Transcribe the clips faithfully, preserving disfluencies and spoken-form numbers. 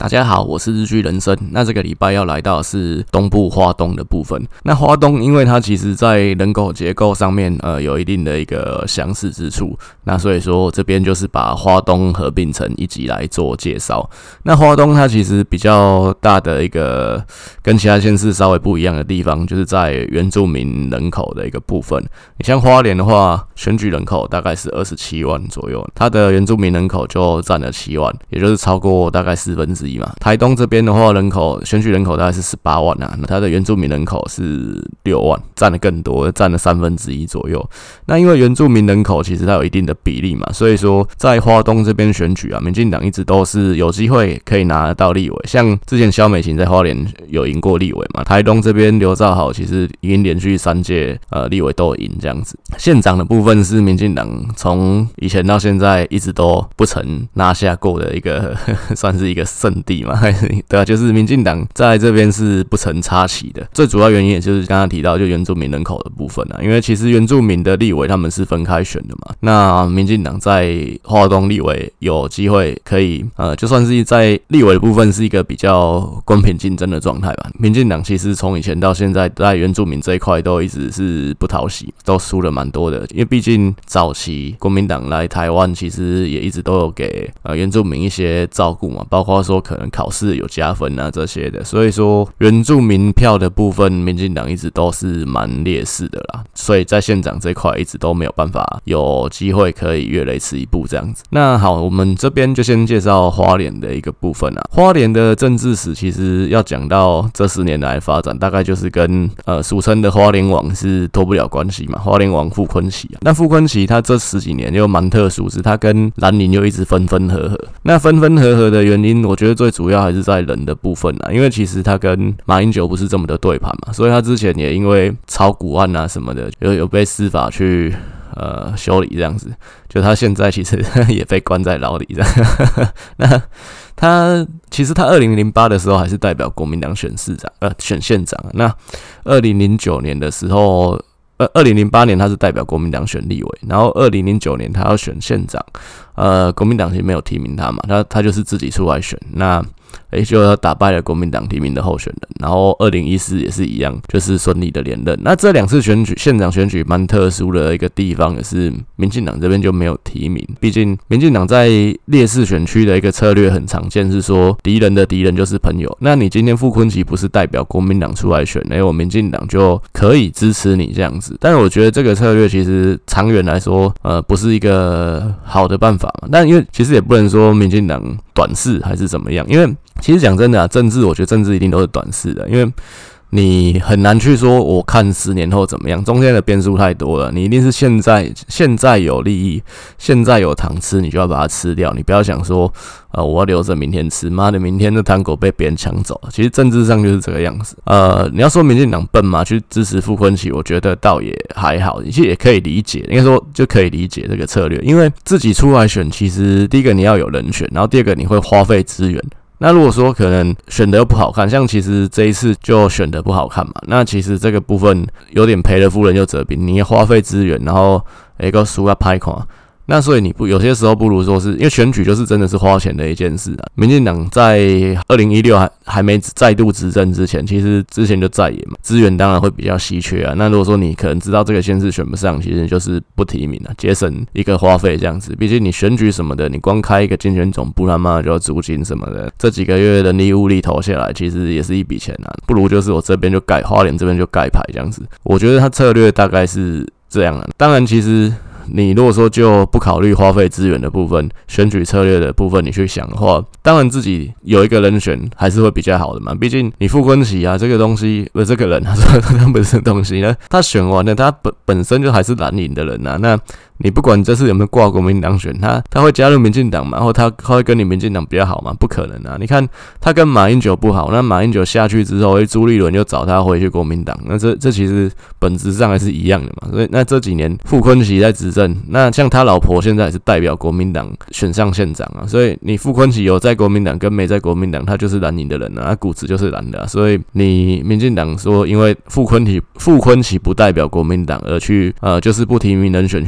大家好，我是日剧人生。那这个礼拜要来到的是东部花东的部分。那花东，因为它其实在人口结构上面，呃，有一定的一个相似之处。那所以说这边就是把花东合并成一集来做介绍。那花东它其实比较大的一个跟其他县市稍微不一样的地方，就是在原住民人口的一个部分。你像花莲的话，选举人口大概是二十七万左右，它的原住民人口就占了七万，也就是超过大概四分之一。台东这边的话，人口选举人口大概是十八万啊，那它的原住民人口是六万，占的更多，占了三分之一左右。那因为原住民人口其实它有一定的比例嘛，所以说在花东这边选举啊，民进党一直都是有机会可以拿得到立委。像之前萧美琴在花莲有赢过立委嘛，台东这边刘兆豪其实已经连续三届呃立委都有赢这样子。县长的部分是民进党从以前到现在一直都不曾拿下过的一个算是一个胜地嘛，对啊，就是民进党在这边是不曾插旗的。最主要原因也就是刚刚提到，就原住民人口的部分啊，因为其实原住民的立委他们是分开选的嘛。那民进党在花东立委有机会可以，呃，就算是在立委的部分是一个比较公平竞争的状态吧。民进党其实从以前到现在在原住民这一块都一直是不讨喜，都输了蛮多的。因为毕竟早期国民党来台湾，其实也一直都有给呃原住民一些照顾嘛，包括说可能考试有加分啊这些的，所以说原住民票的部分，民进党一直都是蛮劣势的啦，所以在县长这块一直都没有办法有机会可以越雷池一步这样子。那好，我们这边就先介绍花莲的一个部分啊。花莲的政治史其实要讲到这十年来的发展，大概就是跟呃俗称的花莲王是脱不了关系嘛。花莲王傅昆萁啊，那傅昆萁他这十几年又蛮特殊，是他跟蓝营又一直分分合合。那分分合合的原因，我觉得最主要还是在人的部分啦，因为其实他跟马英九不是这么的对盘嘛，所以他之前也因为炒股案啊什么的，有有被司法去呃修理这样子，就他现在其实也被关在牢里这样。那他其实他二零零八的时候还是代表国民党选市长，呃选县长。那二零零九年的时候。呃，二零零八年他是代表国民党选立委，然后二零零九年他要选县长，呃，国民党其实没有提名他嘛，他他就是自己出来选，那诶就他打败了国民党提名的候选人，然后二零一四也是一样，就是顺利的连任。那这两次选举，县长选举蛮特殊的一个地方，也是民进党这边就没有提名，毕竟民进党在劣势选区的一个策略很常见，是说敌人的敌人就是朋友。那你今天傅昆萁不是代表国民党出来选，诶我民进党就可以支持你这样子。但是我觉得这个策略其实长远来说，呃，不是一个好的办法嘛。但因为其实也不能说民进党短视还是怎么样，因为其实讲真的啊，政治我觉得政治一定都是短视的，因为你很难去说我看十年后怎么样，中间的变数太多了。你一定是现在现在有利益，现在有糖吃，你就要把它吃掉。你不要想说，呃，我要留着明天吃，妈的，明天的糖果被别人抢走。其实政治上就是这个样子。呃，你要说民进党笨嘛，去支持傅昆萁，我觉得倒也还好，其实也可以理解，应该说就可以理解这个策略，因为自己出来选，其实第一个你要有人选，然后第二个你会花费资源。那如果说可能选的又不好看，像其实这一次就选的不好看嘛，那其实这个部分有点赔了夫人又折兵，你花费资源，然后一个输啊拍垮。那所以你不有些时候不如说是因为选举就是真的是花钱的一件事啊。民进党在二零一六还还没再度执政之前，其实之前就在野嘛，资源当然会比较稀缺啊。那如果说你可能知道这个县市选不上，其实就是不提名啊，节省一个花费这样子。毕竟你选举什么的，你光开一个竞选总部，他妈就要租金什么的，这几个月人力物力投下来，其实也是一笔钱啊。不如就是我这边就盖花莲这边就盖牌这样子。我觉得他策略大概是这样啊。当然，其实。你如果说就不考虑花费资源的部分，选举策略的部分你去想的话，当然自己有一个人选还是会比较好的嘛。毕竟你傅昆萁啊这个东西，不是这个人，他说他不是东西呢，他选完了，他本本身就还是蓝营的人啊。那你不管这次有没有挂国民党选，他他会加入民进党嘛，然后他他会跟你民进党比较好嘛？不可能啊！你看他跟马英九不好，那马英九下去之后，朱立伦又找他回去国民党，那这这其实本质上还是一样的嘛。所以那这几年傅昆萁在执政，那像他老婆现在也是代表国民党选上县长啊，所以你傅昆萁有在国民党跟没在国民党，他就是蓝营的人啊，他骨子就是蓝的啊。所以你民进党说因为傅昆萁傅昆萁不代表国民党而去呃就是不提名人选去支持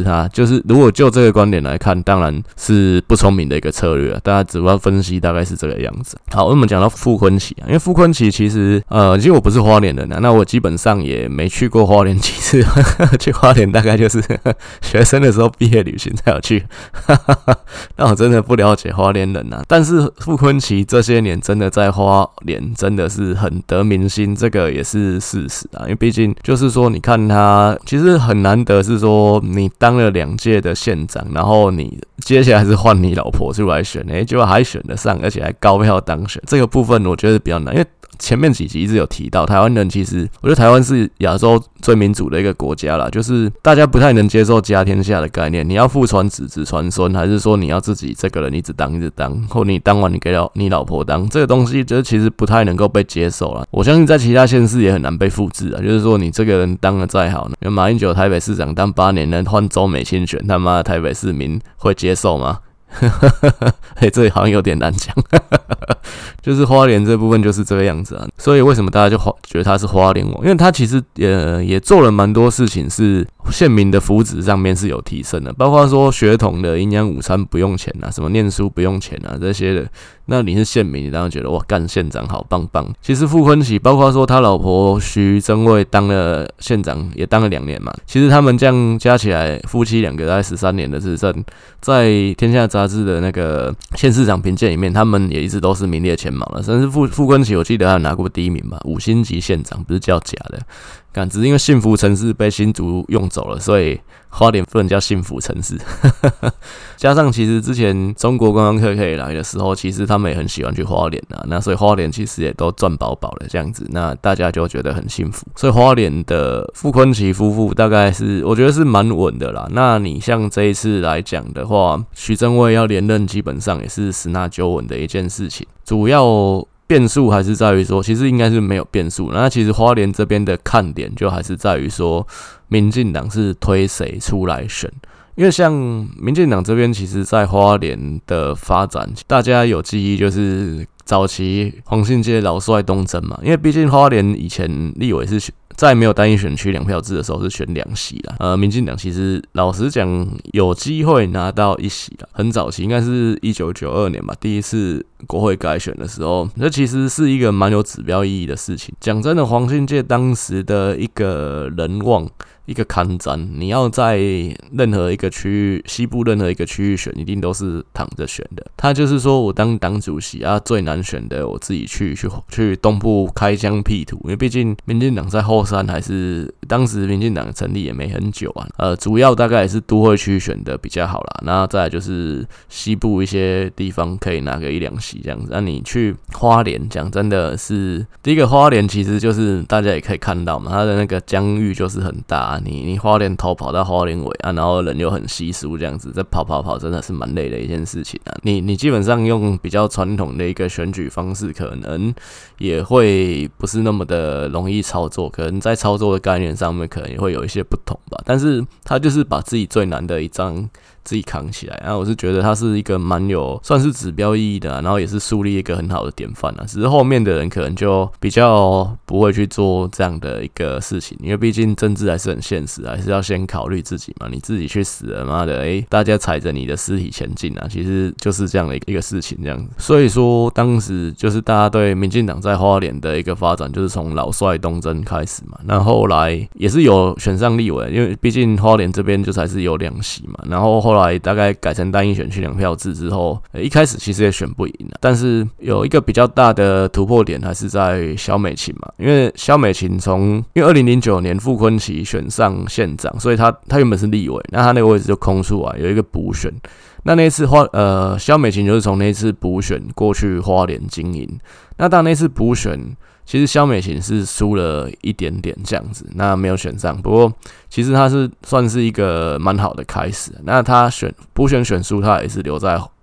他，就是如果就这个观点来看，当然是不聪明的一个策略啊。大家主要分析大概是这个样子。好，我们讲到傅昆萁啊，因为傅昆萁其实呃，其实我不是花莲人啊，那我基本上也没去过花莲几次，去花莲大概就是学生的时候毕业旅行才有去，那我真的不了解花莲人啊。但是傅昆萁这些年真的在花莲真的是很得民心，这个也是事实啊。因为毕竟就是说，你看他其实很难得是说你当了两届的县长，然后你接下来是换你老婆出来选，哎、欸，结果还选得上，而且还高票当选，这个部分我觉得比较难，因为前面几集一直有提到，台湾人其实，我觉得台湾是亚洲最民主的一个国家啦，就是大家不太能接受家天下的概念。你要父传子，子传孙，还是说你要自己这个人一直当一直当，或你当完你给了你老婆当，这个东西就其实不太能够被接受啦。我相信在其他县市也很难被复制啊，就是说你这个人当得再好呢，因为马英九台北市长当八年，能换周美青选，他妈的台北市民会接受吗？嘿，这好像有点难讲，就是花莲这部分就是这个样子啊。所以为什么大家就觉得他是花莲王？因为他其实也也做了蛮多事情，是县民的福祉上面是有提升的，包括说学童的营养午餐不用钱啊，什么念书不用钱啊这些的。那你是县民，你当然觉得哇，干县长好棒棒。其实傅昆萁，包括说他老婆徐榛蔚当了县长，也当了两年嘛。其实他们这样加起来，夫妻两个大概十三年的执政，在《天下》杂志的那个县市长评鉴里面，他们也一直都是名列前茅了。甚至傅傅昆萁，我记得他有拿过第一名吧，五星级县长，不是叫假的。干，只是因为幸福城市被新竹用走了，所以花莲不能叫幸福城市。加上其实之前中国观光客可以来的时候，其实他们也很喜欢去花莲啊，那所以花莲其实也都赚饱饱了这样子，那大家就觉得很幸福。所以花莲的傅昆萁夫妇大概是我觉得是蛮稳的啦。那你像这一次来讲的话，徐榛蔚要连任，基本上也是十拿九稳的一件事情，主要变数还是在于说，其实应该是没有变数。那其实花莲这边的看点就还是在于说，民进党是推谁出来选。因为像民进党这边，其实在花莲的发展，大家有记忆就是早期黄信介老帅东征嘛。因为毕竟花莲以前立委是在没有单一选区两票制的时候是选两席啦，呃，民进党其实老实讲有机会拿到一席啦，很早期应该是一九九二年吧，第一次国会改选的时候，这其实是一个蛮有指标意义的事情。讲真的，黄信介当时的一个人望，一个看展，你要在任何一个区域，西部任何一个区域选，一定都是躺着选的。他就是说我当党主席啊，最难选的我自己去去去东部开疆辟土，因为毕竟民进党在后山还是当时民进党成立也没很久啊，呃，主要大概也是都会区选的比较好啦。那再来就是西部一些地方可以拿个一两席这样子。那你去花莲，讲真的是第一个花莲，其实就是大家也可以看到嘛，它的那个疆域就是很大。你你花莲头跑到花莲尾啊，然后人又很稀疏，这样子，这跑跑跑真的是蛮累的一件事情啊。你你基本上用比较传统的一个选举方式，可能也会不是那么的容易操作，可能在操作的概念上面可能也会有一些不同吧。但是他就是把自己最难的一张自己扛起来，然后我是觉得他是一个蛮有算是指标意义的、啊，然后也是树立一个很好的典范啊。只是后面的人可能就比较不会去做这样的一个事情，因为毕竟政治还是很现实，还是要先考虑自己嘛。你自己去死了，妈的，哎、欸，大家踩着你的尸体前进啊，其实就是这样的一个事情，这样子。所以说，当时就是大家对民进党在花莲的一个发展，就是从老帅东征开始嘛。那后来也是有选上立委，因为毕竟花莲这边就还是有两席嘛。然后后来大概改成单一选区两票制之后，一开始其实也选不赢啊，但是有一个比较大的突破点还是在萧美琴嘛，因为萧美琴从因为二零零九年傅昆萁选上县长，所以他他原本是立委，那他那个位置就空出来，有一个补选。那那一次花呃萧美琴就是从那一次补选过去花莲经营，那当那次补选。其实萧美琴是输了一点点这样子，那没有选上。不过其实他是算是一个蛮好的开始。那他选补选选输，他也是留在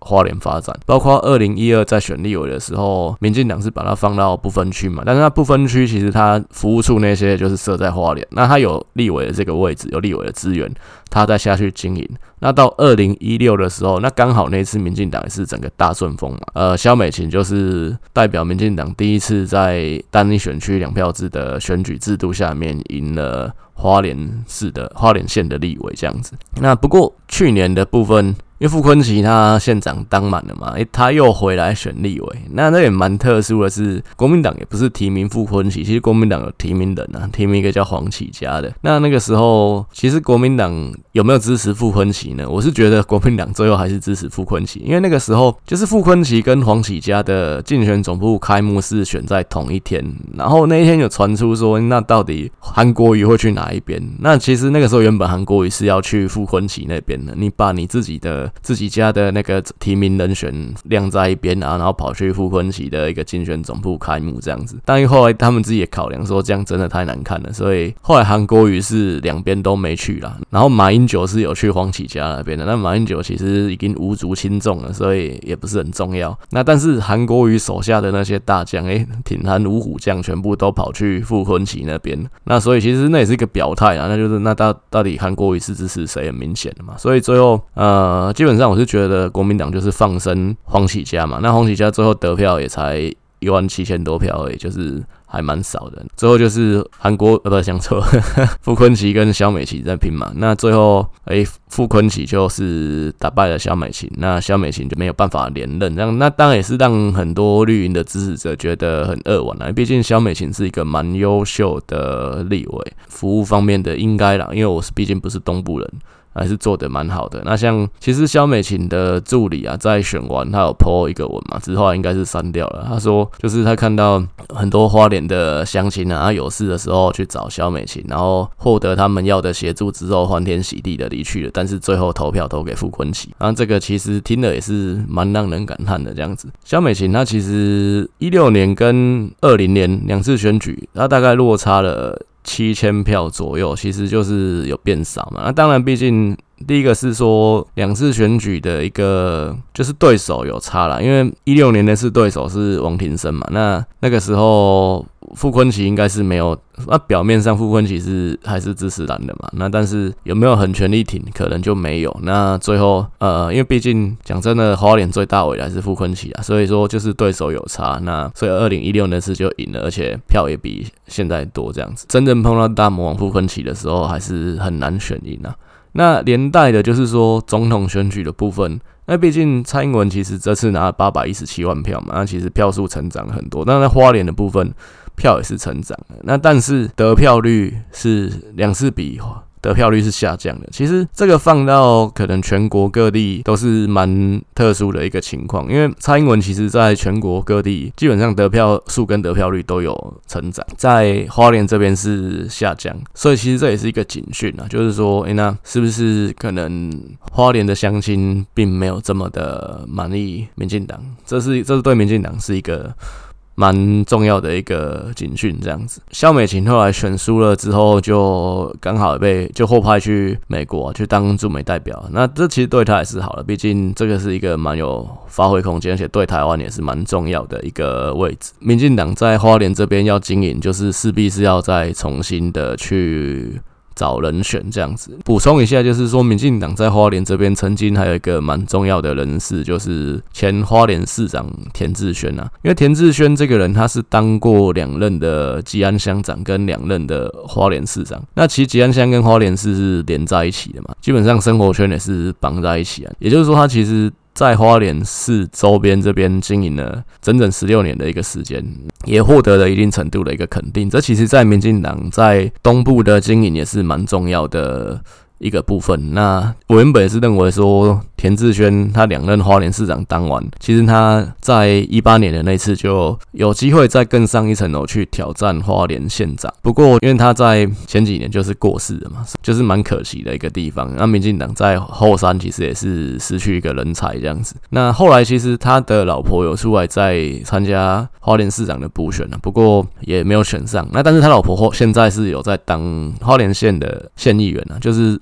花莲发展。包括二零一二在选立委的时候，民进党是把它放到不分区嘛，但是它不分区其实它服务处那些就是设在花莲，那它有立委的这个位置，有立委的资源，它再下去经营。那到二零一六的时候，那刚好那次民进党也是整个大顺风嘛，呃，萧美琴就是代表民进党第一次在单一选区两票制的选举制度下面赢了花莲市的花莲县的立委这样子。那不过去年的部分，因为傅崐萁他县长当满了嘛，欸、他又回来选立委，那那也蛮特殊的是，国民党也不是提名傅崐萁，其实国民党有提名人啊，提名一个叫黄启嘉的。那那个时候，其实国民党有没有支持傅崐萁呢？我是觉得国民党最后还是支持傅崐萁，因为那个时候就是傅崐萁跟黄启嘉的竞选总部开幕是选在同一天，然后那一天有传出说，那到底韩国瑜会去哪一边？那其实那个时候原本韩国瑜是要去傅崐萁那边的，你把你自己的自己家的那个提名人选晾在一边啊，然后跑去傅崐萁的一个竞选总部开幕这样子。但后来他们自己也考量说这样真的太难看了，所以后来韩国瑜是两边都没去啦。然后马英九是有去黄启嘉那边的，那马英九其实已经无足轻重了，所以也不是很重要。那但是韩国瑜手下的那些大将，哎、欸，挺韩五虎将全部都跑去傅崐萁那边，那所以其实那也是一个表态啦，那就是那到到底韩国瑜是支持谁很明显的嘛。所以最后呃，基本上我是觉得国民党就是放生黄启嘉嘛，那黄启嘉最后得票也才一万七千多票而已，就是还蛮少的。最后就是韩国呃不讲错，傅崐萁跟萧美琴在拼嘛。那最后诶，傅崐萁就是打败了萧美琴，那萧美琴就没有办法连任，这样那当然也是让很多绿营的支持者觉得很扼腕啦。毕竟萧美琴是一个蛮优秀的立委，服务方面的应该啦，因为我是毕竟不是东部人。还是做得蛮好的。那像其实萧美琴的助理啊，在选完他有 po 一个文嘛，之后应该是删掉了。他说就是他看到很多花莲的乡亲啊，他有事的时候去找萧美琴，然后获得他们要的协助之后，欢天喜地的离去了。但是最后投票投给傅崐萁，然后这个其实听了也是蛮让人感叹的这样子。萧美琴她其实一六年跟二零年两次选举，她大概落差了七千票左右，其实就是有变少嘛。那当然，毕竟第一个是说两次选举的一个就是对手有差啦，因为一六年那次对手是王庭生嘛，那那个时候傅崐萁应该是没有，那表面上傅崐萁是还是支持蓝的嘛，那但是有没有很全力挺，可能就没有。那最后呃，因为毕竟讲真的，花莲最大尾还是傅崐萁啊，所以说就是对手有差，那所以二零一六那次就赢了，而且票也比现在多这样子。真正碰到大魔王傅崐萁的时候，还是很难选赢啊。那连带的就是说总统选举的部分，那毕竟蔡英文其实这次拿了八百一十七万票嘛，那其实票数成长很多，但在花莲的部分票也是成长的，那但是得票率是两次比得票率是下降的。其实这个放到可能全国各地都是蛮特殊的一个情况，因为蔡英文其实在全国各地基本上得票数跟得票率都有成长，在花莲这边是下降，所以其实这也是一个警讯啊，就是说，欸，那是不是可能花莲的乡亲并没有这么的满意民进党？这是这是对民进党是一个蛮重要的一个警讯，这样子。萧美琴后来选输了之后，就刚好被就后派去美国，啊，去当驻美代表。那这其实对他也是好了，毕竟这个是一个蛮有发挥空间，而且对台湾也是蛮重要的一个位置。民进党在花莲这边要经营，就是势必是要再重新的去找人选这样子。补充一下，就是说民进党在花莲这边曾经还有一个蛮重要的人士，就是前花莲市长田志轩啊。因为田志轩这个人，他是当过两任的基安乡长跟两任的花莲市长。那其实基安乡跟花莲市是连在一起的嘛，基本上生活圈也是绑在一起啊。也就是说，他其实在花莲市周边这边经营了整整十六年的一个时间，也获得了一定程度的一个肯定。这其实在民进党在东部的经营也是蛮重要的一个部分。那我原本也是认为说，田志轩他两任花莲市长当完，其实他在一八年的那次就有机会再更上一层楼去挑战花莲县长。不过因为他在前几年就是过世了嘛，就是蛮可惜的一个地方。那民进党在后山其实也是失去一个人才这样子。那后来其实他的老婆有出来在参加花莲市长的补选，不过也没有选上。那但是他老婆现在是有在当花莲县的县议员，就是花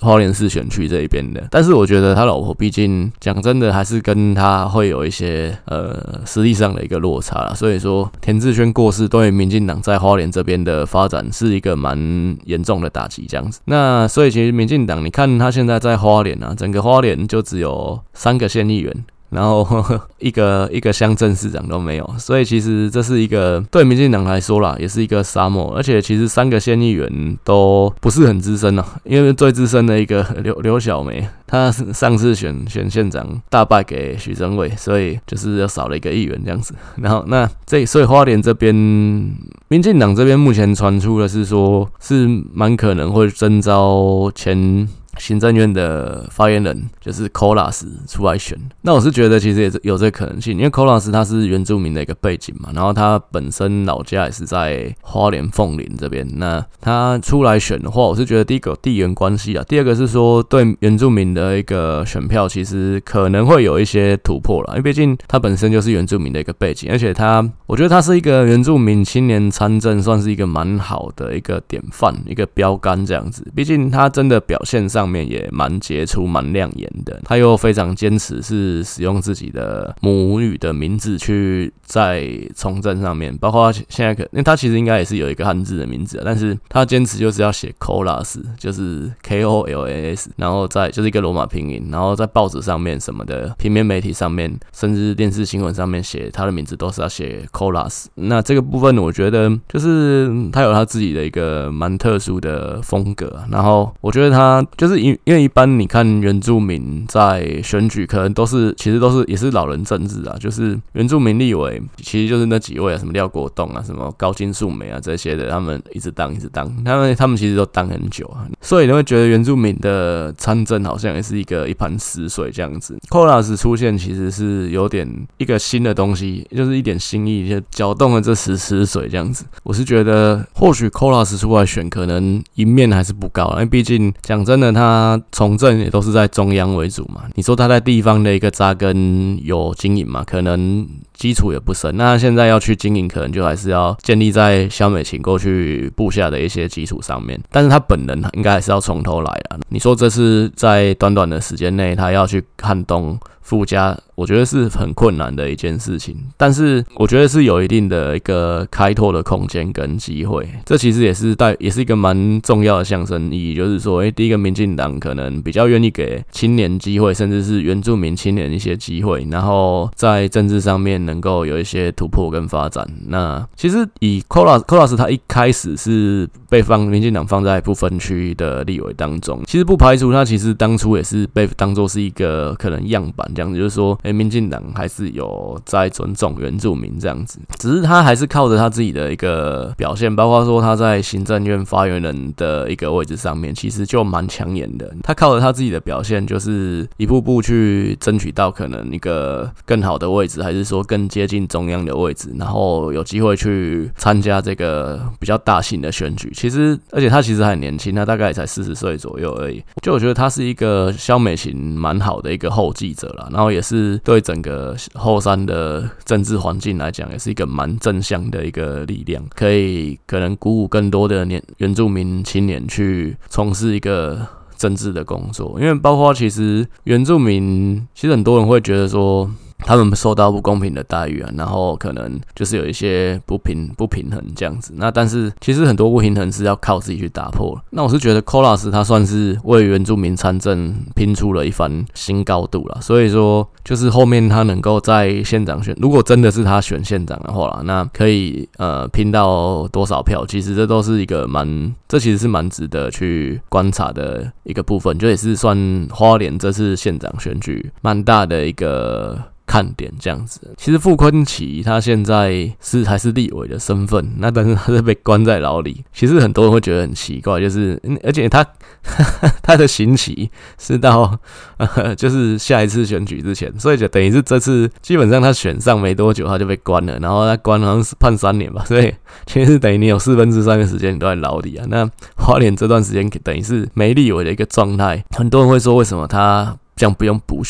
花莲市选区这一边的，但是我觉得他老婆毕竟讲真的还是跟他会有一些呃实力上的一个落差啦，所以说田志轩过世对民进党在花莲这边的发展是一个蛮严重的打击这样子。那所以其实民进党你看他现在在花莲啊，整个花莲就只有三个县议员，然后呵呵一个一个乡镇市长都没有，所以其实这是一个对民进党来说啦，也是一个沙漠。而且其实三个县议员都不是很资深啊，因为最资深的一个刘刘小梅，她上次选选县长大败给许榛伟，所以就是又少了一个议员这样子。然后那这所以花莲这边民进党这边目前传出的是说，是蛮可能会征召前行政院的发言人就是 Kolas 出来选，那我是觉得其实也有这个可能性，因为 Kolas 他是原住民的一个背景嘛，然后他本身老家也是在花莲凤林这边，那他出来选的话，我是觉得第一个有地缘关系啊，第二个是说对原住民的一个选票其实可能会有一些突破啦，因为毕竟他本身就是原住民的一个背景，而且他我觉得他是一个原住民青年参政，算是一个蛮好的一个典范，一个标杆这样子，毕竟他真的表现上面也蛮杰出蛮亮眼的，他又非常坚持是使用自己的母语的名字去在从政上面，包括现在可因为他其实应该也是有一个汉字的名字，但是他坚持就是要写 Kolas， 就是 K O L A S， 然后在就是一个罗马拼音，然后在报纸上面什么的平面媒体上面甚至电视新闻上面写他的名字都是要写 Kolas。 那这个部分我觉得就是他有他自己的一个蛮特殊的风格，然后我觉得他就是因为一般你看原住民在选举可能都是其实都是也是老人政治啊，就是原住民立委其实就是那几位啊，什么廖国栋啊，什么高金素梅啊这些的，他们一直当一直当，他们他们其实都当很久啊，所以你会觉得原住民的参政好像也是一个一盘死水这样子。Kolas 出现其实是有点一个新的东西，就是一点新意，就搅动了这死死水这样子。我是觉得或许 Kolas 出来选可能赢面还是不高，因为毕竟讲真的他从政也都是在中央为主嘛，你说他在地方的一个扎根有经营嘛，可能基础也不深，那现在要去经营可能就还是要建立在萧美琴过去布下的一些基础上面，但是他本人应该还是要从头来啊。你说这是在短短的时间内他要去撼动附加，我觉得是很困难的一件事情，但是我觉得是有一定的一个开拓的空间跟机会，这其实也是带也是一个蛮重要的象征意义，就是说，欸，第一个民进党可能比较愿意给青年机会，甚至是原住民青年一些机会，然后在政治上面能够有一些突破跟发展。那其实以 Kolas Kolas 他一开始是被放民进党放在不分区的立委当中，其实不排除他其实当初也是被当作是一个可能样板。这样子就是说，哎，民进党还是有在尊重原住民这样子，只是他还是靠着他自己的一个表现，包括说他在行政院发言人的一个位置上面，其实就蛮抢眼的。他靠着他自己的表现，就是一步步去争取到可能一个更好的位置，还是说更接近中央的位置，然后有机会去参加这个比较大型的选举。其实，而且他其实还很年轻，他大概也才四十岁左右而已。就我觉得他是一个萧美琴蛮好的一个后继者啦。然后也是对整个后山的政治环境来讲，也是一个蛮正向的一个力量，可以可能鼓舞更多的年原住民青年去从事一个政治的工作。因为包括其实原住民，其实很多人会觉得说，他们受到不公平的待遇啊，然后可能就是有一些不平不平衡这样子。那但是其实很多不平衡是要靠自己去打破。那我是觉得 Kolas 他算是为原住民参政拼出了一番新高度啦。所以说，就是后面他能够在县长选，如果真的是他选县长的话啦，那可以呃拼到多少票？其实这都是一个蛮，这其实是蛮值得去观察的一个部分，就也是算花莲这次县长选举蛮大的一个看点这样子。其实傅昆萁他现在是还是立委的身份，那但是他是被关在牢里。其实很多人会觉得很奇怪，就是而且他他的刑期是到呃就是下一次选举之前，所以就等于是这次基本上他选上没多久他就被关了，然后他关好像是判三年吧，所以其实等于你有四分之三的时间你都在牢里啊。那花莲这段时间等于是没立委的一个状态，很多人会说为什么他这样不用补选？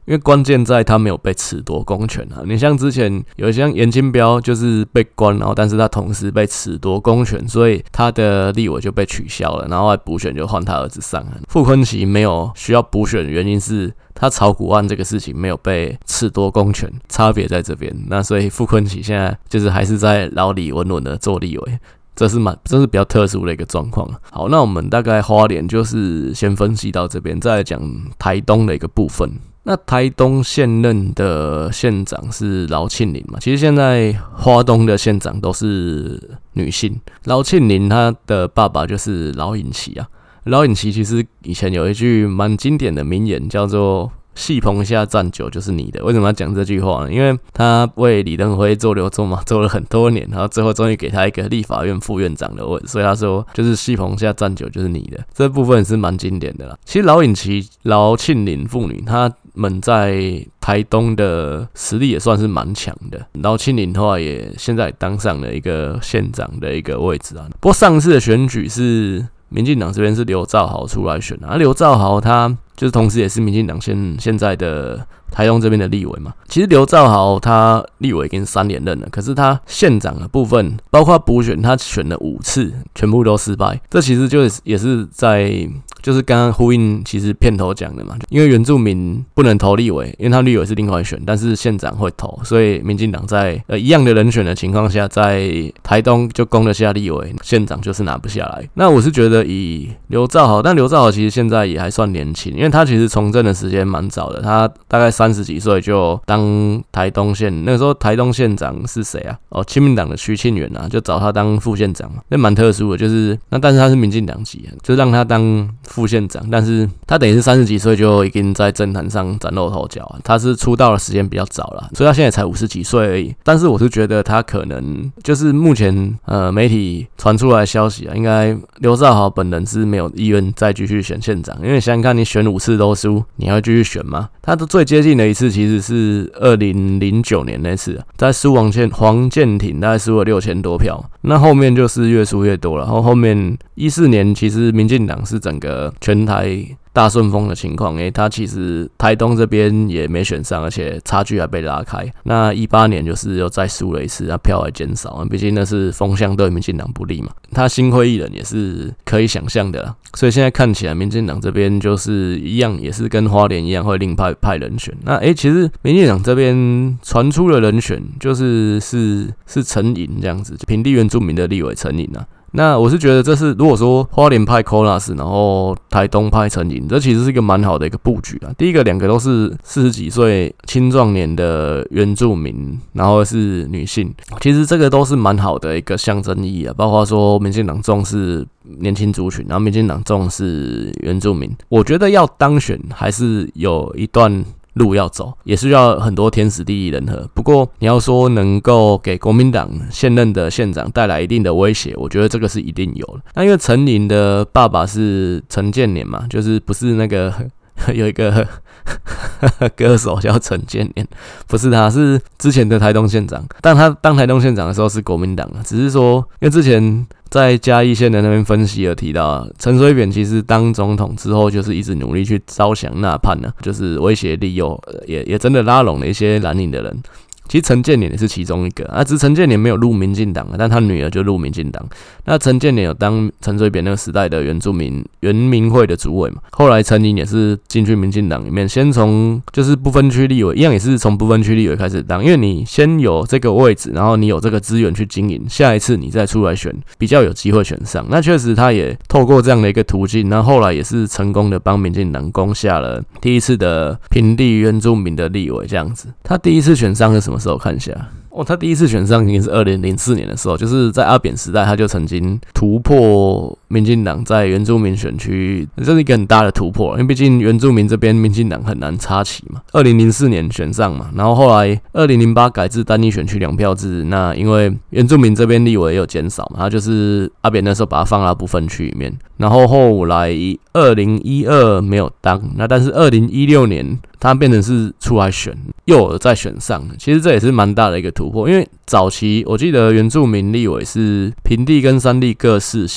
因为关键在他没有被褫夺公权啊。你像之前有一些像严金彪就是被关，然后但是他同时被褫夺公权，所以他的立委就被取消了，然后来补选就换他儿子上。傅昆萁没有需要补选的原因是他炒股案这个事情没有被褫夺公权，差别在这边。那所以傅昆萁现在就是还是在牢里稳稳的做立委。这是蛮，这是比较特殊的一个状况。好，那我们大概花莲就是先分析到这边，再来讲台东的一个部分。那台东现任的县长是劳庆玲嘛？其实现在花东的县长都是女性。劳庆玲她的爸爸就是劳颖琪啊。劳颖琪其实以前有一句蛮经典的名言，叫做戏棚下站久就是你的。为什么要讲这句话呢？因为他为李登辉做刘做马做了很多年，然后最后终于给他一个立法院副院长的位置，所以他说就是戏棚下站久就是你的。这部分是蛮经典的啦。其实劳颖琪、劳庆玲父女他们在台东的实力也算是蛮强的。劳庆玲的话也现在当上了一个县长的一个位置啊。不过上次的选举是民进党这边是刘兆豪出来选啊，刘兆豪他就是同时也是民进党现现在的台东这边的立委嘛。其实刘兆豪他立委已经三连任了，可是他县长的部分，包括补选，他选了五次，全部都失败。这其实就也是在就是刚刚呼应其实片头讲的嘛，因为原住民不能投立委，因为他立委是另外选，但是县长会投，所以民进党在呃一样的人选的情况下，在台东就攻得下立委，县长就是拿不下来。那我是觉得以刘兆豪，但刘兆豪其实现在也还算年轻，因为他其实从政的时间蛮早的，他大概三十几岁就当台东县，那个时候台东县长是谁啊？哦，亲民党的徐庆元啊，就找他当副县长，那蛮特殊的，就是那但是他是民进党籍，就让他当副县长，但是他等于是三十几岁就已经在政坛上崭露头角啊。他是出道的时间比较早啦，所以他现在才五十几岁而已。但是我是觉得他可能就是目前呃媒体传出来的消息啊，应该刘兆豪本人是没有意愿再继续选县长，因为想想看，你选五次都输，你还会继续选吗？他的最接近的一次其实是二零零九年那次，在输王建黄健庭大概输了六千多票，那后面就是越输越多了。然后后面一四年其实民进党是整个全台大顺风的情况，诶，他其实台东这边也没选上，而且差距还被拉开。那一八年就是又再输了一次，那票还减少，毕竟那是风向对民进党不利嘛。他心灰意冷也是可以想象的啦。所以现在看起来，民进党这边就是一样，也是跟花莲一样会另派派人选。那诶，其实民进党这边传出的人选就是是是陈颖这样子，平地原住民的立委陈颖啊。那我是觉得这是如果说花莲派 Kolas， 然后台东派陈颖，这其实是一个蛮好的一个布局啊。第一个，两个都是四十几岁青壮年的原住民，然后是女性，其实这个都是蛮好的一个象征意义啊。包括说民进党重视年轻族群，然后民进党重视原住民，我觉得要当选还是有一段路要走，也是要很多天时地利人和。不过你要说能够给国民党现任的县长带来一定的威胁，我觉得这个是一定有的。那因为陈颖的爸爸是陈建年嘛，就是不是那个有一个歌手叫陈建年，不是他，是之前的台东县长，但他当台东县长的时候是国民党，只是说因为之前在嘉义县的那边分析有提到，陈水扁其实当总统之后就是一直努力去招降纳叛呢、啊，就是威胁利诱，也也真的拉拢了一些蓝营的人。其实陈建年也是其中一个啊，只是陈建年没有入民进党，但他女儿就入民进党。那陈建年有当陈水扁那个时代的原住民原民会的主委嘛，后来陈颖也是进去民进党里面，先从就是不分区立委，一样也是从不分区立委开始当，因为你先有这个位置，然后你有这个资源去经营，下一次你再出来选，比较有机会选上。那确实他也透过这样的一个途径，那后来也是成功的帮民进党攻下了第一次的平地原住民的立委这样子。他第一次选上是什么时候？看一下哦，他第一次选上已经是二零零四年的时候，就是在阿扁时代，他就曾经突破民进党在原住民选区，这是一个很大的突破，因为毕竟原住民这边民进党很难插旗嘛。二零零四年选上嘛，然后后来二零零八改制单一选区两票制，那因为原住民这边立委也有减少嘛，他就是阿扁那时候把它放到不分区里面，然后后来二零一二没有当，那但是二零一六年他变成是出来选，又有再选上，其实这也是蛮大的一个突破，因为早期我记得原住民立委是平地跟山地各四席嘛，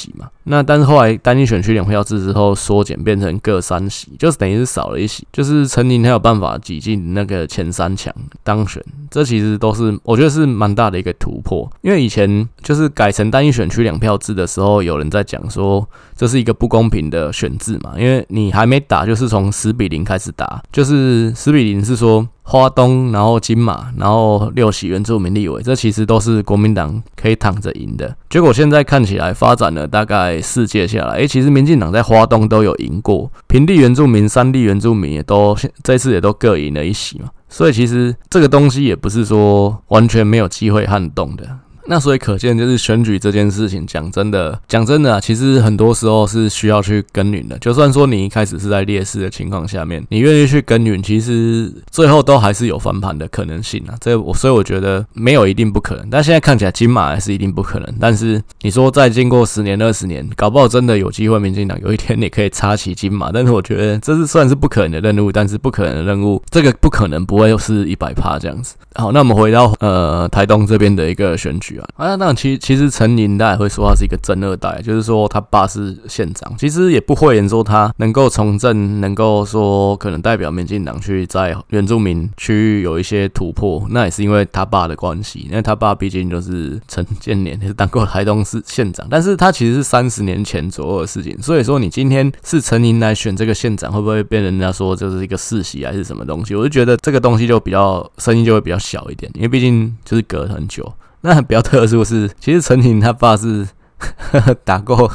那但是后来单一选区两票制之后缩减变成各三席，就是等于是少了一席，就是陈宁才有办法挤进那个前三强当选，这其实都是我觉得是蛮大的一个突破。因为以前就是改成单一选区两票制的时候，有人在讲说这是一个不公平的选制嘛，因为你还没打就是从十比零开始打，就是十比零是说花东，然后金马，然后六席原住民立委，这其实都是国民党可以躺着赢的。结果现在看起来发展了大概四届下来，诶，其实民进党在花东都有赢过，平地原住民、山地原住民也都这次也都各赢了一席嘛，所以其实这个东西也不是说完全没有机会撼动的。那所以可见，就是选举这件事情，讲真的，讲真的啊，其实很多时候是需要去耕耘的。就算说你一开始是在劣势的情况下面，你愿意去耕耘，其实最后都还是有翻盘的可能性啊。这我所以我觉得没有一定不可能，但现在看起来金马还是一定不可能。但是你说再经过十年、二十年，搞不好真的有机会，民进党有一天你可以插起金马。但是我觉得这是算是不可能的任务，但是不可能的任务，这个不可能不会是百分之百这样子。好，那我们回到呃台东这边的一个选举。啊，那其其实陈宁大家也会说他是一个正二代，就是说他爸是县长，其实也不讳言说他能够从政，能够说可能代表民进党去在原住民区域有一些突破，那也是因为他爸的关系，因为他爸毕竟就是陈建年，也是当过台东市县长，但是他其实是三十年前左右的事情，所以说你今天是陈宁来选这个县长，会不会被人家说这是一个世袭还是什么东西？我就觉得这个东西就比较声音就会比较小一点，因为毕竟就是隔了很久。那比较特殊的是，其实陈宁他爸是打过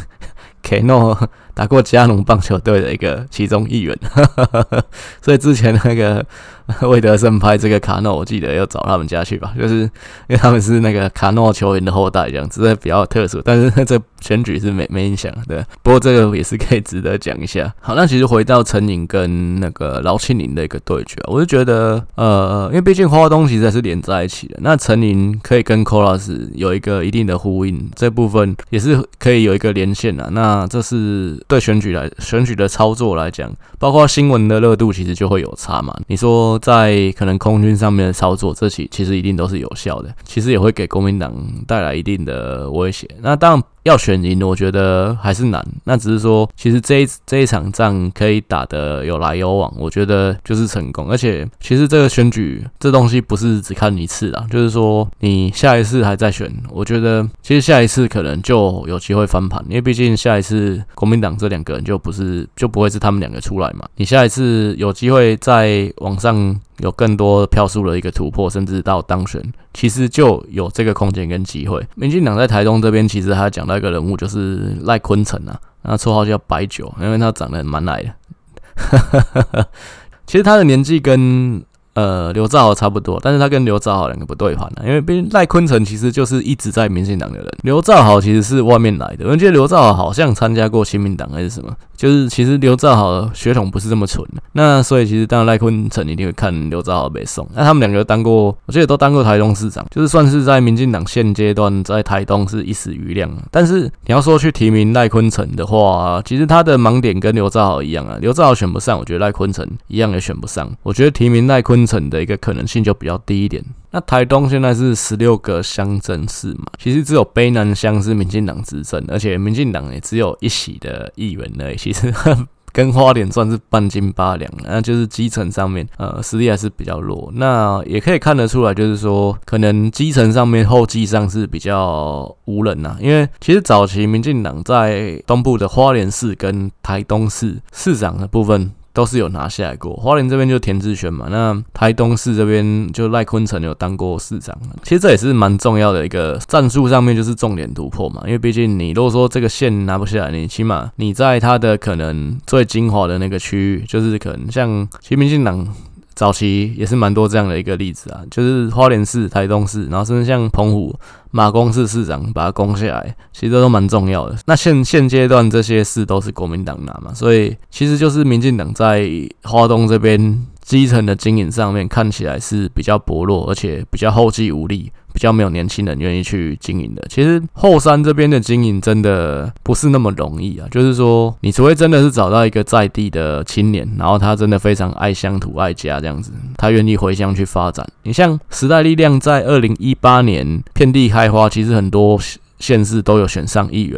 Kano 打过嘉农棒球队的一个其中一员，所以之前那个魏德胜拍这个卡诺，我记得要找他们家去吧，就是因为他们是那个卡诺球员的后代，这样子比较特殊。但是这选举是没没影响，对。不过这个也是可以值得讲一下。好，那其实回到陈宁跟那个劳庆林的一个对决，我就觉得，呃，因为毕竟花东其实还是连在一起的，那陈宁可以跟 Kolas 有一个一定的呼应，这部分也是可以有一个连线啊。那这是对选举来选举的操作来讲，包括新闻的热度，其实就会有差嘛。你说在可能空军上面的操作，这其其实一定都是有效的，其实也会给国民党带来一定的威胁。那当然要选赢，我觉得还是难。那只是说，其实这一这一场仗可以打得有来有往，我觉得就是成功。而且，其实这个选举这东西不是只看一次啦，就是说你下一次还在选，我觉得其实下一次可能就有机会翻盘，因为毕竟下一次国民党这两个人就不是就不会是他们两个出来嘛。你下一次有机会在往上有更多票数的一个突破，甚至到当选，其实就有这个空间跟机会。民进党在台东这边，其实还讲到一个人物，就是赖坤成啊，那绰号叫白酒，因为他长得蛮矮的。其实他的年纪跟呃刘兆豪差不多，但是他跟刘兆豪两个不对盘啊，因为毕竟赖坤成其实就是一直在民进党的人，刘兆豪其实是外面来的。我记得刘兆豪好像参加过亲民党还是什么，就是其实刘兆豪的血统不是这么纯的。那所以其实当然赖坤成一定会看刘兆豪被送。那他们两个当过，我记得都当过台东市长，就是算是在民进党现阶段在台东是一时余亮啊。但是你要说去提名赖坤成的话，其实他的盲点跟刘兆豪一样啊，刘兆豪选不上，我觉得赖坤成一样也选不上。我觉得提名赖坤成的一个可能性就比较低一点。那台东现在是十六个乡镇市嘛，其实只有卑南乡是民进党执政，而且民进党也只有一席的议员而已，其实跟花莲算是半斤八两，那就是基层上面呃实力还是比较弱。那也可以看得出来，就是说可能基层上面后继上是比较无人啊，因为其实早期民进党在东部的花莲市跟台东市市长的部分都是有拿下来过。花莲这边就田志轩嘛，那台东市这边就赖坤成有当过市长。其实这也是蛮重要的一个战术上面，就是重点突破嘛。因为毕竟你如果说这个线拿不下来，你起码你在它的可能最精华的那个区域，就是可能像其实民进党早期也是蛮多这样的一个例子啊，就是花莲市、台东市，然后甚至像澎湖马公市市长把它攻下来，其实都蛮重要的。那现现阶段这些事都是国民党拿嘛，所以其实就是民进党在花东这边基层的经营上面看起来是比较薄弱，而且比较后继无力，比较没有年轻人愿意去经营的。其实后山这边的经营真的不是那么容易啊，就是说你除非真的是找到一个在地的青年，然后他真的非常爱乡土爱家这样子，他愿意回乡去发展。你像时代力量在二零一八年遍地开花，其实很多县市都有选上议员，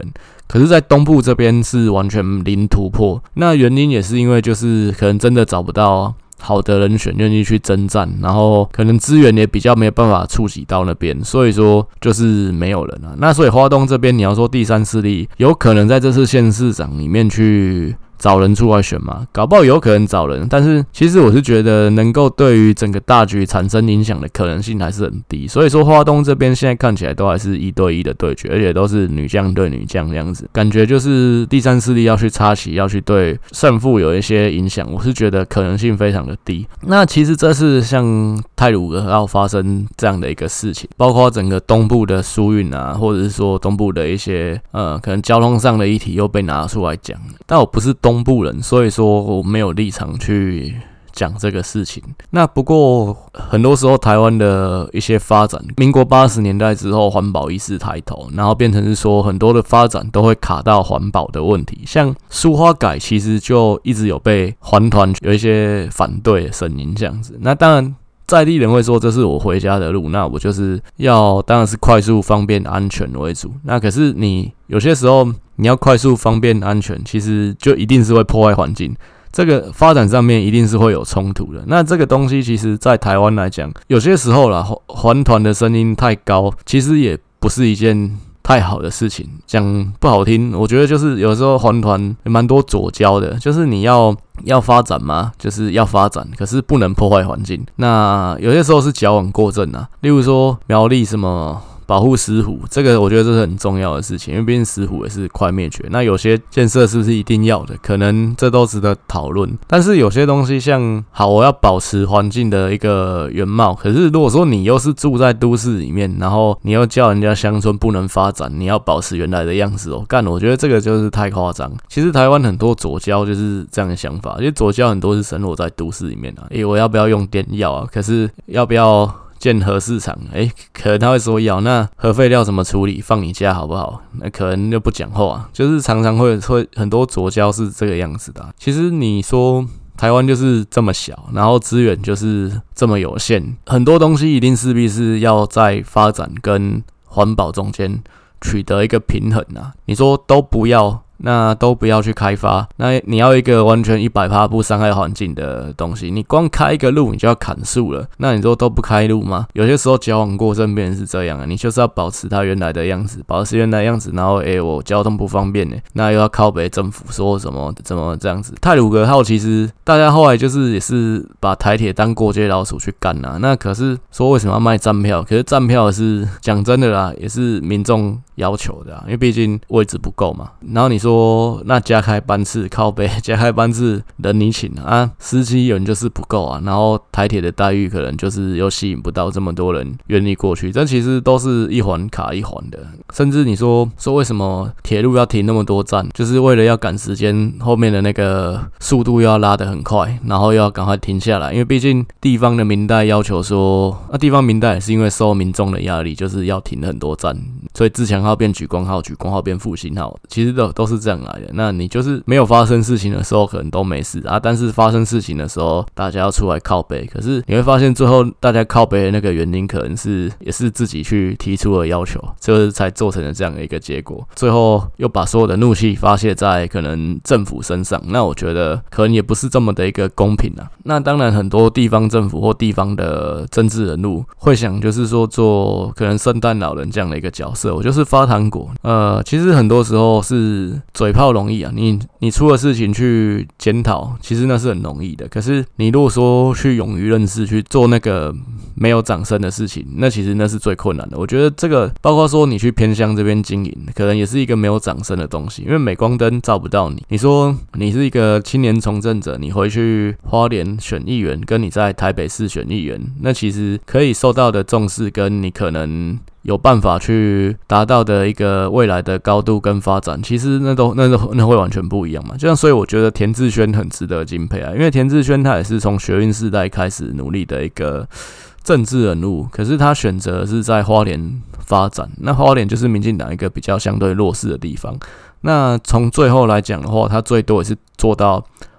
可是在东部这边是完全零突破。那原因也是因为就是可能真的找不到好的人选愿意去征战，然后可能资源也比较没有办法触及到那边，所以说就是没有人啊。那所以花东这边你要说第三势力有可能在这次县市长里面去找人出来选嘛，搞不好有可能找人，但是其实我是觉得能够对于整个大局产生影响的可能性还是很低，所以说花东这边现在看起来都还是一对一的对决，而且都是女将对女将这样子，感觉就是第三势力要去插旗，要去对胜负有一些影响，我是觉得可能性非常的低。那其实这次像太鲁阁要发生这样的一个事情，包括整个东部的疏运啊，或者是说东部的一些呃可能交通上的议题又被拿出来讲，但我不是东东部人，所以说我没有立场去讲这个事情。那不过很多时候台湾的一些发展，民国八十年代之后环保意识抬头，然后变成是说很多的发展都会卡到环保的问题，像苏花改其实就一直有被环团有一些反对的声音这样子。那当然在地人会说这是我回家的路，那我就是要当然是快速方便安全为主。那可是你有些时候你要快速方便安全，其实就一定是会破坏环境，这个发展上面一定是会有冲突的。那这个东西其实在台湾来讲，有些时候啦环团的声音太高，其实也不是一件太好的事情。讲不好听，我觉得就是有时候环团蛮多左交的，就是你要要发展嘛，就是要发展，可是不能破坏环境。那有些时候是矫枉过正啊，例如说苗栗什么保护石虎，这个我觉得这是很重要的事情，因为毕竟石虎也是快灭绝。那有些建设是不是一定要的，可能这都值得讨论。但是有些东西像好，我要保持环境的一个原貌，可是如果说你又是住在都市里面，然后你又叫人家乡村不能发展，你要保持原来的样子哦，干，我觉得这个就是太夸张。其实台湾很多左交就是这样的想法，因为左交很多是生活在都市里面啊，诶，我要不要用电药啊？可是要不要建核市场，哎，可能他会说要，那核废料怎么处理？放你家好不好？那可能就不讲话，就是常常会会很多左交是这个样子的啊。其实你说台湾就是这么小，然后资源就是这么有限，很多东西一定势必是要在发展跟环保中间取得一个平衡啊。你说都不要，那都不要去开发，那你要一个完全 百分之百 不伤害环境的东西，你光开一个路你就要砍树了，那你说都不开路吗？有些时候矫枉过正变成是这样啊，你就是要保持它原来的样子，保持原来的样子，然后诶、欸、我交通不方便呢，那又要靠北政府说什么怎么这样子。太鲁阁号其实大家后来就是也是把台铁当过街老鼠去干啊，那可是说为什么要卖站票？可是站票是讲真的啦，也是民众要求的啊，因为毕竟位置不够嘛。然后你说那加开班次，靠北加开班次人你请啊，司机人就是不够啊，然后台铁的待遇可能就是又吸引不到这么多人愿意过去，这其实都是一环卡一环的。甚至你说说为什么铁路要停那么多站，就是为了要赶时间，后面的那个速度又要拉得很快，然后又要赶快停下来，因为毕竟地方的民代要求说，那、啊、地方民代也是因为受民众的压力，就是要停很多站，所以自强号变莒光号，莒光号变复兴号，其实都都是这样来的。那你就是没有发生事情的时候可能都没事啊，但是发生事情的时候大家要出来靠北，可是你会发现最后大家靠北的那个原因可能是也是自己去提出的要求，就是才做成了这样的一个结果，最后又把所有的怒气发泄在可能政府身上，那我觉得可能也不是这么的一个公平啊。那当然很多地方政府或地方的政治人物会想就是说做可能圣诞老人这样的一个角色，我就是发糖果，呃，其实很多时候是嘴炮容易啊，你你出了事情去检讨，其实那是很容易的。可是你如果说去勇于认识，去做那个没有掌声的事情，那其实那是最困难的。我觉得这个包括说你去偏乡这边经营，可能也是一个没有掌声的东西，因为镁光灯照不到你。你说你是一个青年从政者，你回去花莲选议员，跟你在台北市选议员，那其实可以受到的重视，跟你可能有办法去达到的一个未来的高度跟发展，其实那都那都那会完全不一样嘛。就像所以我觉得田志轩很值得敬佩啊，因为田志轩他也是从学运世代开始努力的一个政治人物，可是他选择是在花莲发展，那花莲就是民进党一个比较相对弱势的地方。那从最后来讲的话，他最多也是做到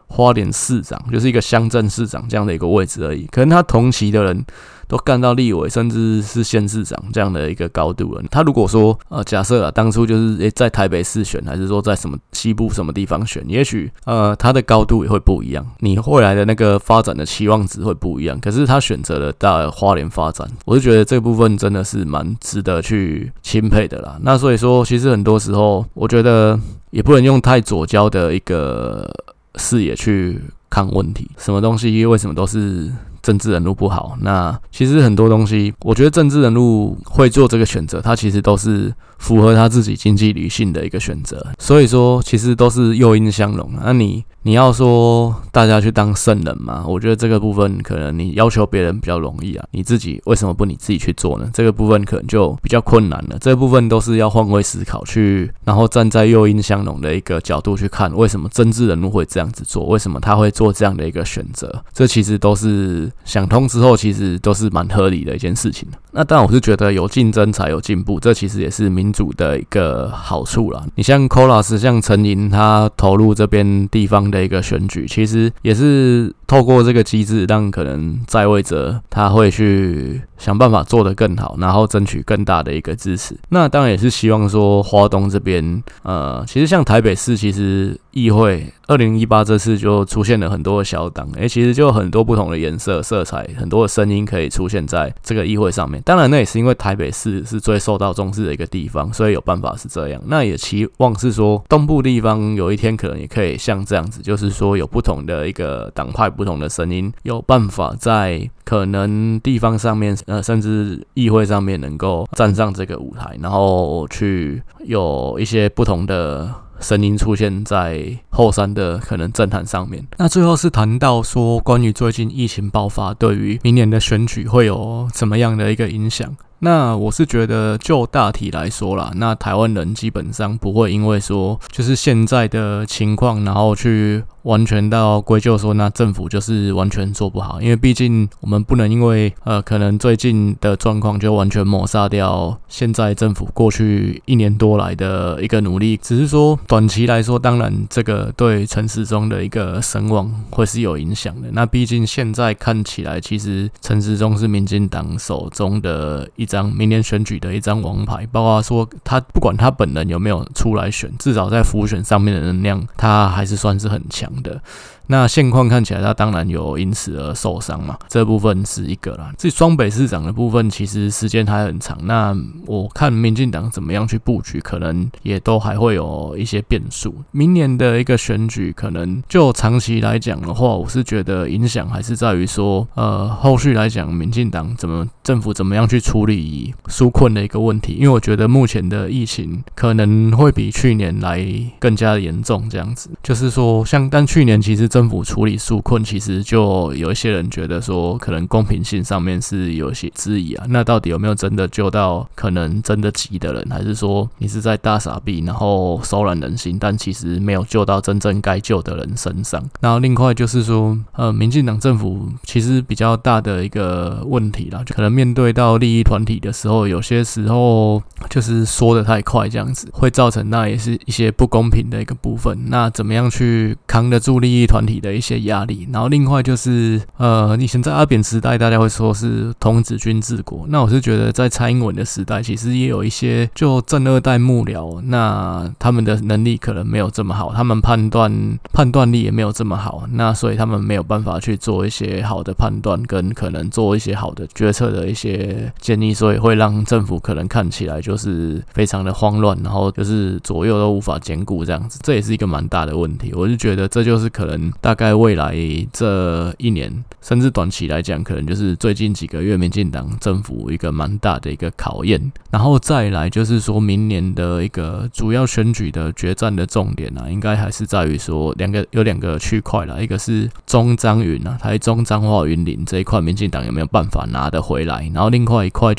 花莲市长，就是一个乡镇市长这样的一个位置而已。可能他同期的人都干到立委，甚至是县市长这样的一个高度了。他如果说呃，假设啊，当初就是、欸、在台北市选，还是说在什么西部什么地方选，也许呃他的高度也会不一样，你未来的那个发展的期望值会不一样。可是他选择了到花莲发展，我就觉得这部分真的是蛮值得去钦佩的啦。那所以说，其实很多时候我觉得也不能用太左交的一个视野去看问题，什么东西为什么都是政治人物不好？那其实很多东西，我觉得政治人物会做这个选择，他其实都是符合他自己经济理性的一个选择。所以说，其实都是诱因相容。那你你要说大家去当圣人嘛？我觉得这个部分可能你要求别人比较容易啊，你自己为什么不你自己去做呢？这个部分可能就比较困难了。这个部分都是要换位思考去，然后站在诱因相容的一个角度去看，为什么政治人物会这样子做？为什么他会做这样的一个选择？这其实都是想通之后，其实都是蛮合理的一件事情。那当然，我是觉得有竞争才有进步，这其实也是民主的一个好处啦。你像 C O L A S 像陈莹他投入这边地方的一个选举，其实也是透过这个机制，让可能在位者他会去想办法做得更好，然后争取更大的一个支持。那当然也是希望说花东这边，呃，其实像台北市，其实议会二零一八这次就出现了很多的小党，诶、欸，其实就有很多不同的颜色、色彩，很多的声音可以出现在这个议会上面。当然，那也是因为台北市是最受到重视的一个地方，所以有办法是这样。那也期望是说东部地方有一天可能也可以像这样子，就是说有不同的一个党派、不同的声音，有办法在可能地方上面，呃，甚至议会上面能够站上这个舞台，然后去有一些不同的声音出现在后山的可能政坛上面。那最后是谈到说，关于最近疫情爆发对于明年的选举会有怎么样的一个影响。那我是觉得就大体来说啦，那台湾人基本上不会因为说就是现在的情况，然后去完全到归咎说那政府就是完全做不好，因为毕竟我们不能因为呃可能最近的状况就完全抹杀掉现在政府过去一年多来的一个努力。只是说短期来说，当然这个对陈时中的一个声望会是有影响的。那毕竟现在看起来，其实陈时中是民进党手中的一张明年选举的一张王牌，包括说他不管他本人有没有出来选，至少在辅选上面的能量，他还是算是很强的。那现况看起来，他当然有因此而受伤嘛，这部分是一个啦。至于双北市长的部分，其实时间还很长。那我看民进党怎么样去布局，可能也都还会有一些变数。明年的一个选举，可能就长期来讲的话，我是觉得影响还是在于说，呃，后续来讲，民进党怎么政府怎么样去处理纾困的一个问题。因为我觉得目前的疫情可能会比去年来更加的严重，这样子，就是说，像但去年其实政府处理纾困，其实就有一些人觉得说，可能公平性上面是有一些质疑啊。那到底有没有真的救到可能真的急的人，还是说你是在大撒币，然后收揽人心，但其实没有救到真正该救的人身上？然后另外就是说，呃，民进党政府其实比较大的一个问题啦，就可能面对到利益团体的时候，有些时候就是说得太快，这样子会造成那也是一些不公平的一个部分。那怎么样去扛得住利益团体的一些压力？然后另外就是，呃，以前在阿扁时代，大家会说是童子军治国。那我是觉得在蔡英文的时代，其实也有一些就正二代幕僚，那他们的能力可能没有这么好，他们判断判断力也没有这么好，那所以他们没有办法去做一些好的判断，跟可能做一些好的决策的一些建议，所以会让政府可能看起来就是非常的慌乱，然后就是左右都无法兼顾这样子，这也是一个蛮大的问题。我就觉得这就是可能大概未来这一年，甚至短期来讲，可能就是最近几个月民进党政府一个蛮大的一个考验。然后再来就是说明年的一个主要选举的决战的重点啊，应该还是在于说两个有两个区块啦，一个是中彰云啊，台中彰化云林这一块，民进党有没有办法拿得回来？然后另外一块就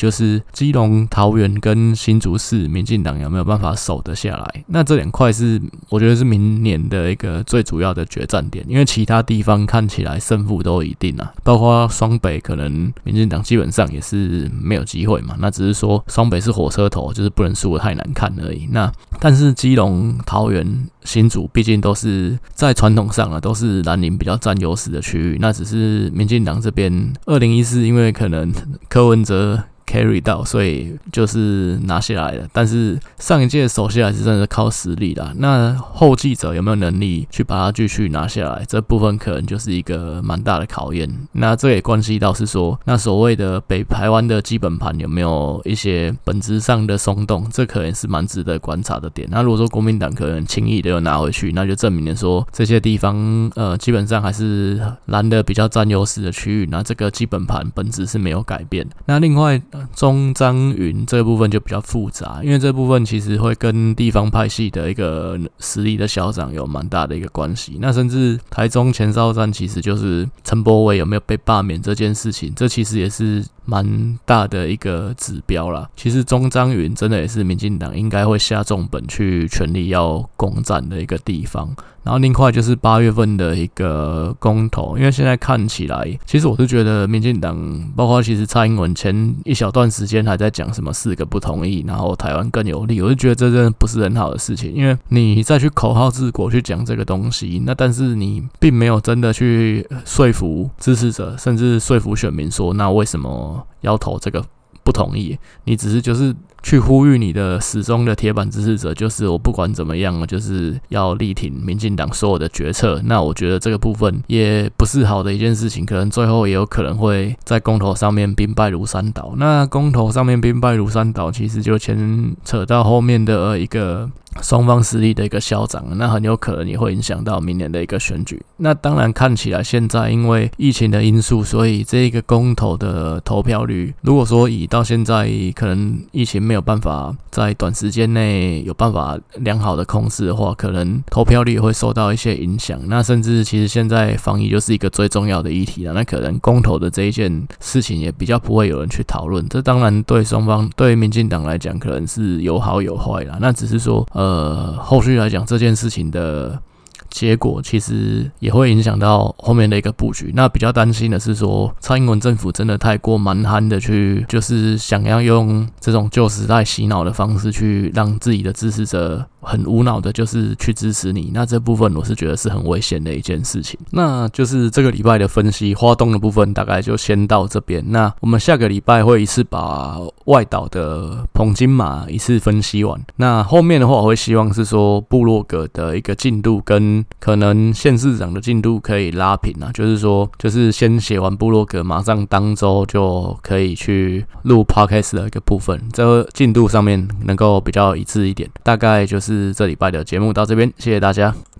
就是基隆、桃园跟新竹市民进党有没有办法守得下来。那这两块是我觉得是明年的一个最主要的决战点，因为其他地方看起来胜负都一定啊，包括双北可能民进党基本上也是没有机会嘛，那只是说双北是火车头，就是不能输得太难看而已。那但是基隆、桃园、新竹毕竟都是在传统上啊，都是蓝营比较占优势的区域，那只是民进党这边二零一四因为可能柯文哲carry 到，所以就是拿下来了。但是上一届守下来是真的靠实力啦，那后继者有没有能力去把它继续拿下来，这部分可能就是一个蛮大的考验。那这也关系到是说，那所谓的北台湾的基本盘有没有一些本质上的松动，这可能是蛮值得观察的点。那如果说国民党可能轻易的又拿回去，那就证明了说这些地方呃基本上还是蓝的比较占优势的区域，那这个基本盘本质是没有改变。那另外中彰云这部分就比较复杂，因为这部分其实会跟地方派系的一个实力的消长有蛮大的一个关系。那甚至台中前哨站其实就是陈柏惟有没有被罢免这件事情，这其实也是蛮大的一个指标啦。其实中彰云真的也是民进党应该会下重本去全力要攻占的一个地方。然后另外就是八月份的一个公投，因为现在看起来，其实我是觉得民进党，包括其实蔡英文前一小段时间还在讲什么四个不同意，然后台湾更有利，我就觉得这真的不是很好的事情，因为你再去口号治国去讲这个东西，那但是你并没有真的去说服支持者，甚至说服选民说，那为什么要投这个不同意？你只是就是去呼吁你的始终的铁板支持者，就是我不管怎么样，就是要力挺民进党所有的决策。那我觉得这个部分也不是好的一件事情，可能最后也有可能会在公投上面兵败如山倒。那公投上面兵败如山倒，其实就牵扯到后面的一个双方实力的一个消长，那很有可能也会影响到明年的一个选举。那当然看起来现在因为疫情的因素，所以这一个公投的投票率，如果说以到现在可能疫情没有办法在短时间内有办法良好的控制的话，可能投票率也会受到一些影响。那甚至其实现在防疫就是一个最重要的议题了，那可能公投的这一件事情也比较不会有人去讨论。这当然对双方对民进党来讲可能是有好有坏啦，那只是说呃呃，后续来讲这件事情的结果其实也会影响到后面的一个布局。那比较担心的是说，蔡英文政府真的太过蛮憨的去，就是想要用这种旧时代洗脑的方式去让自己的支持者很无脑的，就是去支持你。那这部分我是觉得是很危险的一件事情。那就是这个礼拜的分析，花东的部分大概就先到这边。那我们下个礼拜会一次把外岛的澎金马一次分析完。那后面的话，我会希望是说部落格的一个进度跟可能县市长的进度可以拉平啊，就是说，就是先写完部落格，马上当周就可以去录 podcast 的一个部分，这个进度上面能够比较一致一点。大概就是这礼拜的节目到这边，谢谢大家。